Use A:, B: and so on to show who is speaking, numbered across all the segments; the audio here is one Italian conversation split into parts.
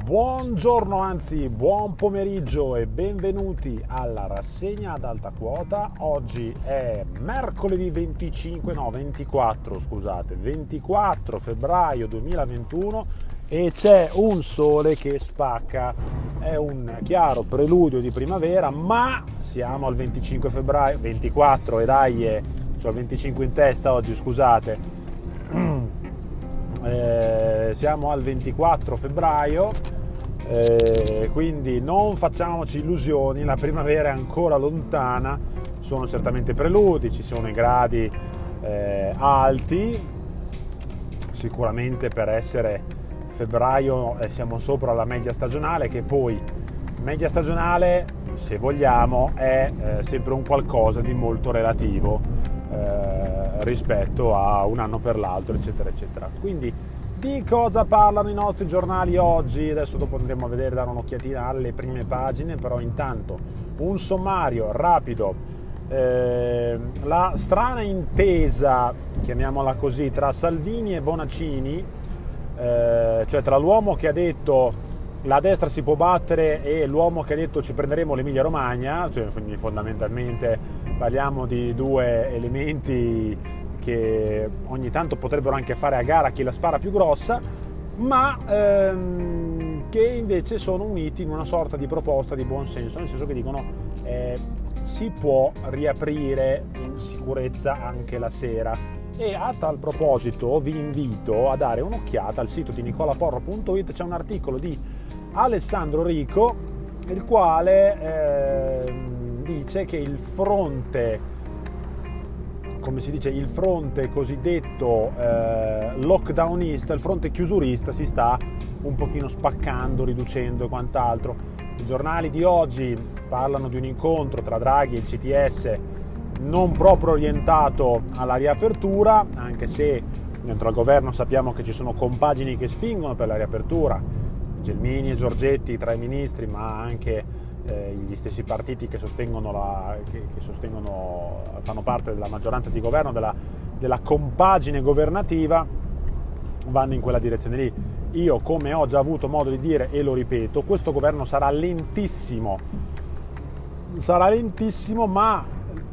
A: Buongiorno, anzi buon pomeriggio e benvenuti alla rassegna ad alta quota. Oggi è mercoledì 24 febbraio 2021 e c'è un sole che spacca. È un chiaro preludio di primavera, ma siamo al 25 febbraio, 24 e dai, c'ho il 25 in testa oggi, scusate. Siamo al 24 febbraio, quindi non facciamoci illusioni, la primavera è ancora lontana, sono certamente preludi, ci sono i gradi alti, sicuramente per essere febbraio siamo sopra la media stagionale, che poi media stagionale, se vogliamo, è sempre un qualcosa di molto relativo rispetto a un anno per l'altro, eccetera eccetera. Quindi di cosa parlano i nostri giornali oggi? Adesso dopo andremo a vedere, dare un'occhiatina alle prime pagine, però intanto un sommario rapido. La strana intesa, chiamiamola così, tra Salvini e Bonaccini, cioè tra l'uomo che ha detto la destra si può battere e l'uomo che ha detto ci prenderemo l'Emilia Romagna, cioè, quindi fondamentalmente parliamo di due elementi che ogni tanto potrebbero anche fare a gara chi la spara più grossa, ma che invece sono uniti in una sorta di proposta di buon senso, nel senso che dicono si può riaprire in sicurezza anche la sera. E a tal proposito vi invito a dare un'occhiata al sito di nicolaporro.it. C'è un articolo di Alessandro Rico, il quale dice che il fronte, come si dice, il fronte cosiddetto lockdownista, il fronte chiusurista si sta un pochino spaccando, riducendo e quant'altro. I giornali di oggi parlano di un incontro tra Draghi e il CTS non proprio orientato alla riapertura, anche se dentro al governo sappiamo che ci sono compagini che spingono per la riapertura, Gelmini e Giorgetti tra i ministri, ma anche gli stessi partiti che fanno parte della maggioranza di governo, della compagine governativa, vanno in quella direzione lì. Io, come ho già avuto modo di dire e lo ripeto, questo governo sarà lentissimo, ma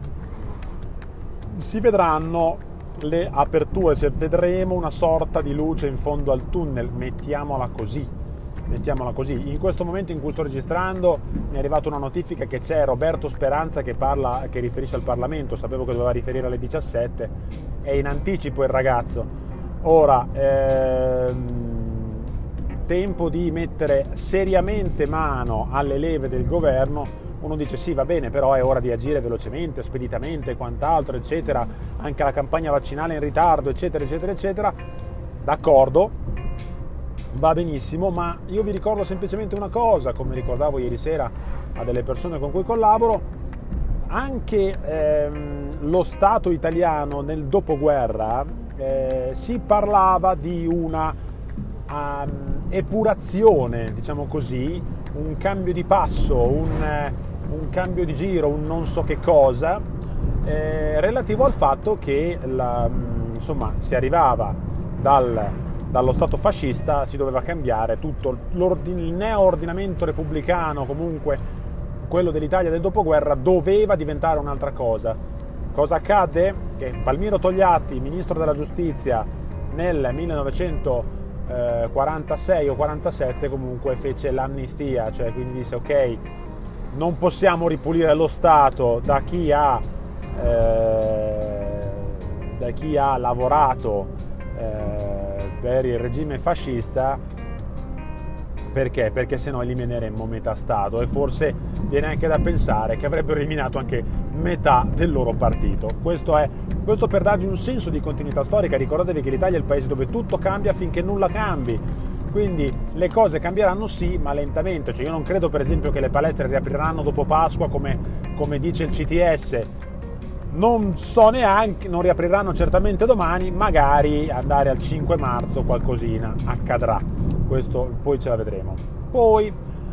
A: si vedranno le aperture, cioè vedremo una sorta di luce in fondo al tunnel, mettiamola così. In questo momento in cui sto registrando mi è arrivata una notifica che c'è Roberto Speranza che riferisce al Parlamento. Sapevo che doveva riferire alle 17, è in anticipo il ragazzo. Ora tempo di mettere seriamente mano alle leve del governo. Uno dice sì, va bene, però è ora di agire velocemente, speditamente e quant'altro, eccetera, anche la campagna vaccinale in ritardo, eccetera eccetera eccetera. D'accordo, va benissimo, ma io vi ricordo semplicemente una cosa, come ricordavo ieri sera a delle persone con cui collaboro: anche lo Stato italiano nel dopoguerra si parlava di una epurazione, diciamo così, un cambio di passo, un cambio di giro, un non so che cosa, relativo al fatto che si arrivava dallo Stato fascista, si doveva cambiare tutto il neo-ordinamento repubblicano, comunque quello dell'Italia del dopoguerra, doveva diventare un'altra cosa. Cosa accadde? Che Palmiro Togliatti, ministro della giustizia, nel 1946 o 47 comunque fece l'amnistia, cioè quindi disse ok, non possiamo ripulire lo Stato da chi ha lavorato per il regime fascista. Perché? Perché sennò elimineremmo metà Stato, e forse viene anche da pensare che avrebbero eliminato anche metà del loro partito. Questo per darvi un senso di continuità storica. Ricordatevi che l'Italia è il paese dove tutto cambia finché nulla cambi, quindi le cose cambieranno sì, ma lentamente. Cioè io non credo per esempio che le palestre riapriranno dopo Pasqua come dice il CTS, non so neanche, non riapriranno certamente domani, magari andare al 5 marzo qualcosina accadrà, questo poi ce la vedremo. Poi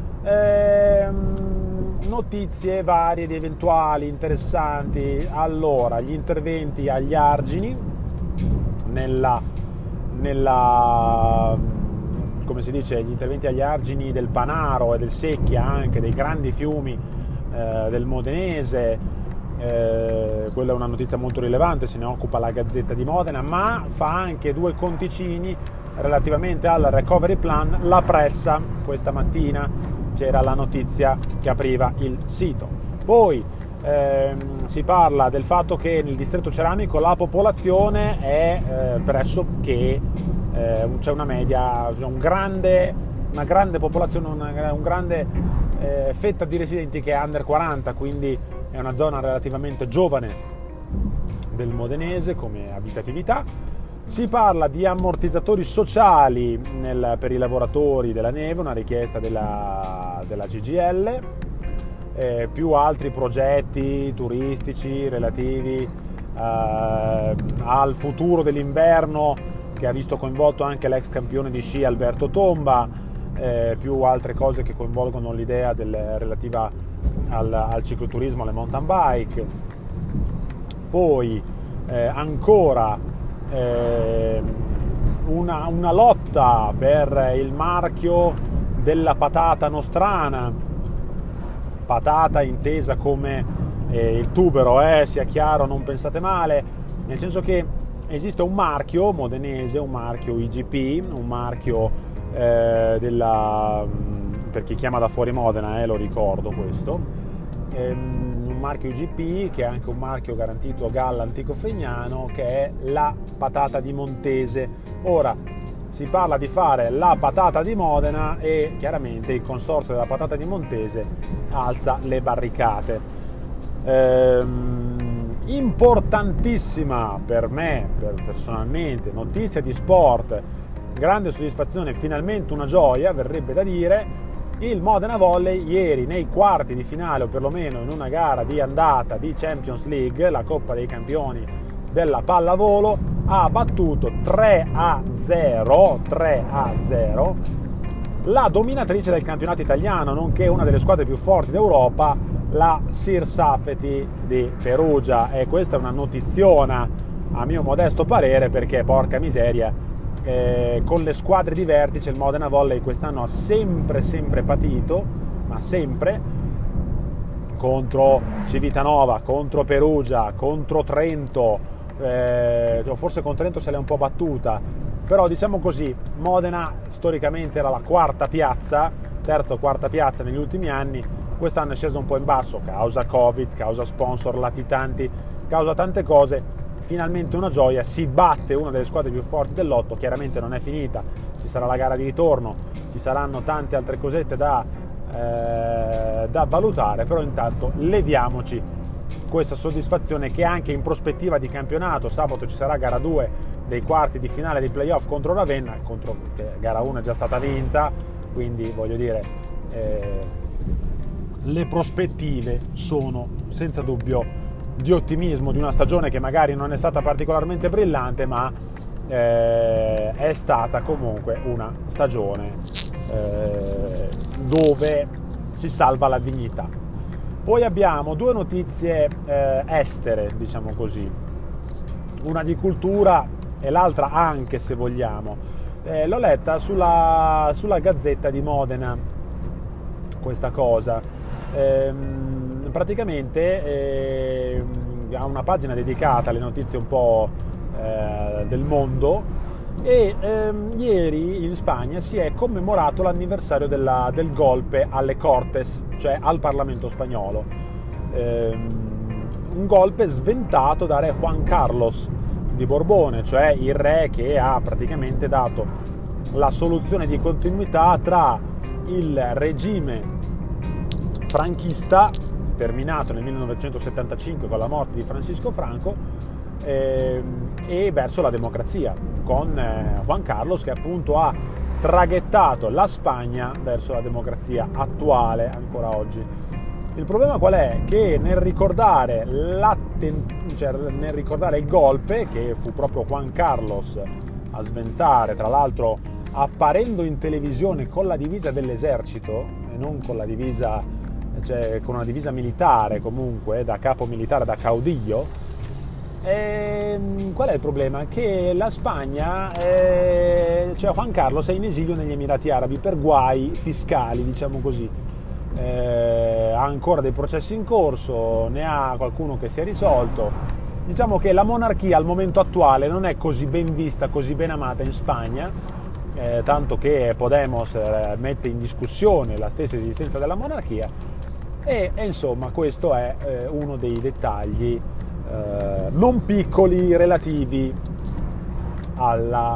A: notizie varie ed eventuali interessanti. Allora, gli interventi agli argini nella come si dice, gli interventi agli argini del Panaro e del Secchia, anche dei grandi fiumi del Modenese. Quella è una notizia molto rilevante, se ne occupa la Gazzetta di Modena, ma fa anche 2 conticini relativamente al recovery plan. La Pressa, questa mattina c'era la notizia che apriva il sito. Poi si parla del fatto che nel distretto ceramico la popolazione è pressoché c'è una media, una grande popolazione, un grande fetta di residenti che è under 40, quindi è una zona relativamente giovane del Modenese come abitatività. Si parla di ammortizzatori sociali per i lavoratori della neve, una richiesta della CGIL, più altri progetti turistici relativi al futuro dell'inverno, che ha visto coinvolto anche l'ex campione di sci Alberto Tomba, più altre cose che coinvolgono l'idea relativa al cicloturismo, alle mountain bike. Poi ancora una lotta per il marchio della patata nostrana, patata intesa come il tubero, sia chiaro, non pensate male, nel senso che esiste un marchio modenese, un marchio IGP, un marchio per chi chiama da fuori Modena, lo ricordo questo, un marchio IGP che è anche un marchio garantito GAL Antico Fregnano, che è la patata di Montese. Ora si parla di fare la patata di Modena e chiaramente il consorzio della patata di Montese alza le barricate. Importantissima per me, personalmente, notizia di sport, grande soddisfazione, finalmente una gioia, verrebbe da dire. Il Modena Volley ieri nei quarti di finale, o perlomeno in una gara di andata di Champions League, la Coppa dei Campioni della pallavolo, ha battuto 3-0 la dominatrice del campionato italiano, nonché una delle squadre più forti d'Europa, la Sir Safety di Perugia. E questa è una notiziona a mio modesto parere, perché porca miseria, con le squadre di vertice il Modena Volley quest'anno ha sempre patito, ma sempre, contro Civitanova, contro Perugia, contro Trento, forse con Trento se l'è un po' battuta, però diciamo così, Modena storicamente era la terza o quarta piazza negli ultimi anni. Quest'anno è sceso un po' in basso, causa Covid, causa sponsor latitanti, causa tante cose. Finalmente una gioia, si batte una delle squadre più forti del lotto. Chiaramente non è finita, ci sarà la gara di ritorno, ci saranno tante altre cosette da valutare, però intanto leviamoci questa soddisfazione, che anche in prospettiva di campionato. Sabato ci sarà gara 2 dei quarti di finale dei playoff contro Ravenna, gara 1 è già stata vinta, quindi voglio dire, le prospettive sono senza dubbio di ottimismo, di una stagione che magari non è stata particolarmente brillante, ma è stata comunque una stagione dove si salva la dignità. Poi abbiamo 2 notizie estere, diciamo così, una di cultura e l'altra anche, se vogliamo. L'ho letta sulla Gazzetta di Modena questa cosa. Praticamente ha una pagina dedicata alle notizie un po' del mondo, e ieri in Spagna si è commemorato l'anniversario del golpe alle Cortes, cioè al Parlamento spagnolo, un golpe sventato da re Juan Carlos di Borbone, cioè il re che ha praticamente dato la soluzione di continuità tra il regime franchista, terminato nel 1975 con la morte di Francisco Franco, e verso la democrazia, con Juan Carlos, che appunto ha traghettato la Spagna verso la democrazia attuale ancora oggi. Il problema qual è? Che nel ricordare il golpe, che fu proprio Juan Carlos a sventare, tra l'altro apparendo in televisione con la divisa dell'esercito e non con la divisa, cioè con una divisa militare, comunque da capo militare, da caudillo, Qual è il problema? Che la Spagna, cioè Juan Carlos è in esilio negli Emirati Arabi per guai fiscali, diciamo così. Ha ancora dei processi in corso, ne ha qualcuno che si è risolto. Diciamo che la monarchia al momento attuale non è così ben vista, così ben amata in Spagna, tanto che Podemos mette in discussione la stessa esistenza della monarchia e insomma questo è uno dei dettagli non piccoli relativi a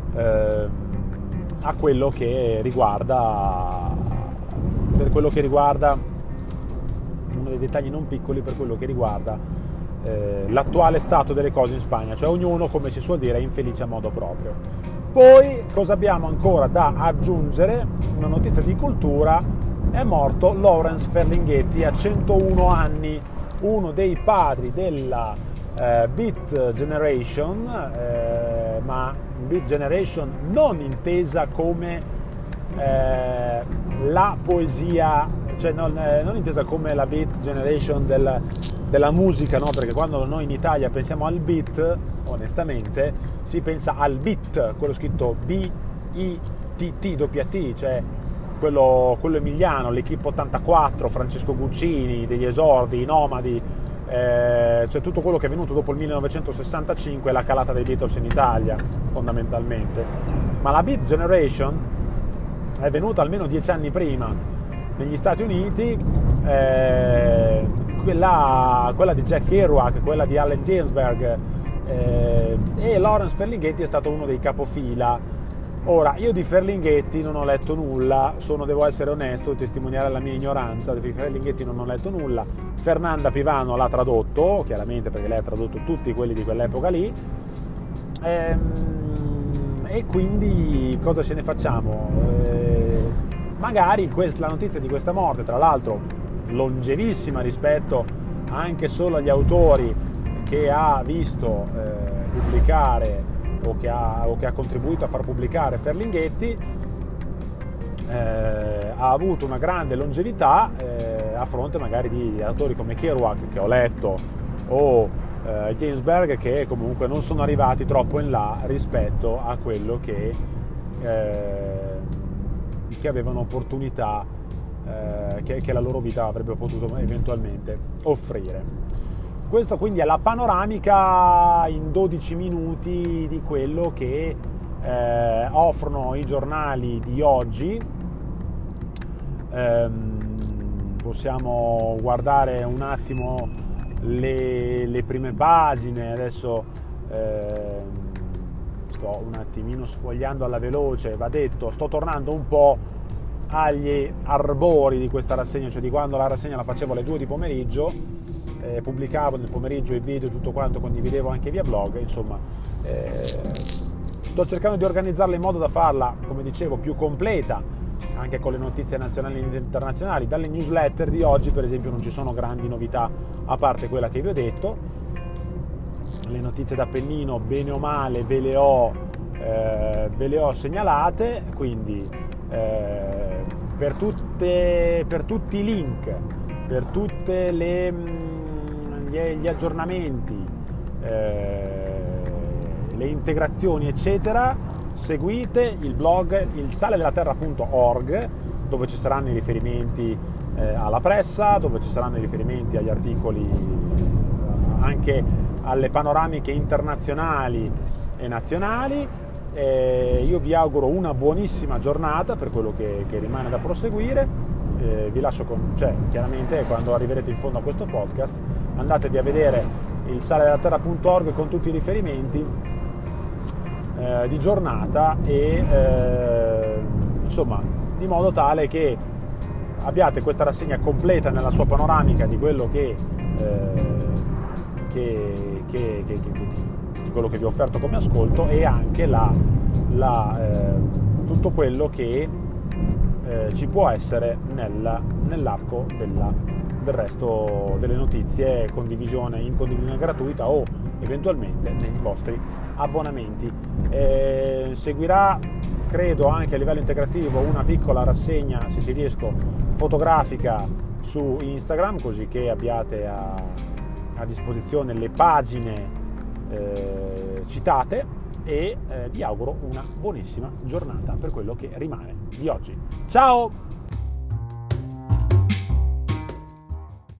A: quello che riguarda, per quello che riguarda, uno dei dettagli non piccoli per quello che riguarda l'attuale stato delle cose in Spagna, cioè ognuno, come si suol dire, è infelice a modo proprio. Poi cosa abbiamo ancora da aggiungere? Una notizia di cultura: è morto Lawrence Ferlinghetti a 101 anni, uno dei padri della Beat Generation, ma Beat Generation non intesa come la poesia, cioè non intesa come la Beat Generation della musica, no? Perché quando noi in Italia pensiamo al beat, onestamente, si pensa al beat, quello scritto B-I-T-T, cioè quello emiliano, l'Equipe 84, Francesco Guccini, degli esordi, i Nomadi, cioè tutto quello che è venuto dopo il 1965, la calata dei Beatles in Italia, fondamentalmente. Ma la Beat Generation è venuta almeno 10 anni prima negli Stati Uniti, quella di Jack Kerouac, quella di Allen Ginsberg, e Lawrence Ferlinghetti è stato uno dei capofila. Ora, io di Ferlinghetti non ho letto nulla, devo essere onesto e testimoniare la mia ignoranza. Di Ferlinghetti non ho letto nulla. Fernanda Pivano l'ha tradotto, chiaramente, perché lei ha tradotto tutti quelli di quell'epoca lì, e quindi cosa ce ne facciamo? Magari la notizia di questa morte, tra l'altro longevissima rispetto anche solo agli autori che ha visto pubblicare o che ha contribuito a far pubblicare Ferlinghetti, ha avuto una grande longevità a fronte magari di autori come Kerouac, che ho letto, o Ginsberg, che comunque non sono arrivati troppo in là rispetto a quello che avevano opportunità che la loro vita avrebbe potuto eventualmente offrire. Questo quindi è la panoramica in 12 minuti di quello che offrono i giornali di oggi. Possiamo guardare un attimo le prime pagine. Adesso sto un attimino sfogliando alla veloce, va detto, sto tornando un po' agli arbori di questa rassegna, cioè di quando la rassegna la facevo alle 2 di pomeriggio, pubblicavo nel pomeriggio i video e tutto quanto, condividevo anche via blog, insomma sto cercando di organizzarla in modo da farla, come dicevo, più completa, anche con le notizie nazionali e internazionali. Dalle newsletter di oggi, per esempio, non ci sono grandi novità a parte quella che vi ho detto. Le notizie d'Appennino, bene o male, ve le ho segnalate, quindi per tutti i link, per tutte gli aggiornamenti, le integrazioni eccetera, seguite il blog ilsaledelaterra.org, dove ci saranno i riferimenti alla pressa, dove ci saranno i riferimenti agli articoli, anche alle panoramiche internazionali e nazionali. Io vi auguro una buonissima giornata per quello che rimane da proseguire. Vi lascio chiaramente, quando arriverete in fondo a questo podcast, andatevi a vedere il saledelaterra.org con tutti i riferimenti di giornata, e insomma, di modo tale che abbiate questa rassegna completa nella sua panoramica di quello di quello che vi ho offerto come ascolto, e anche tutto quello che ci può essere nell'arco del resto delle notizie, in condivisione gratuita o eventualmente negli vostri abbonamenti. Seguirà, credo, anche a livello integrativo una piccola rassegna, se ci riesco, fotografica su Instagram, così che abbiate a disposizione le pagine citate e vi auguro una buonissima giornata per quello che rimane di oggi. Ciao!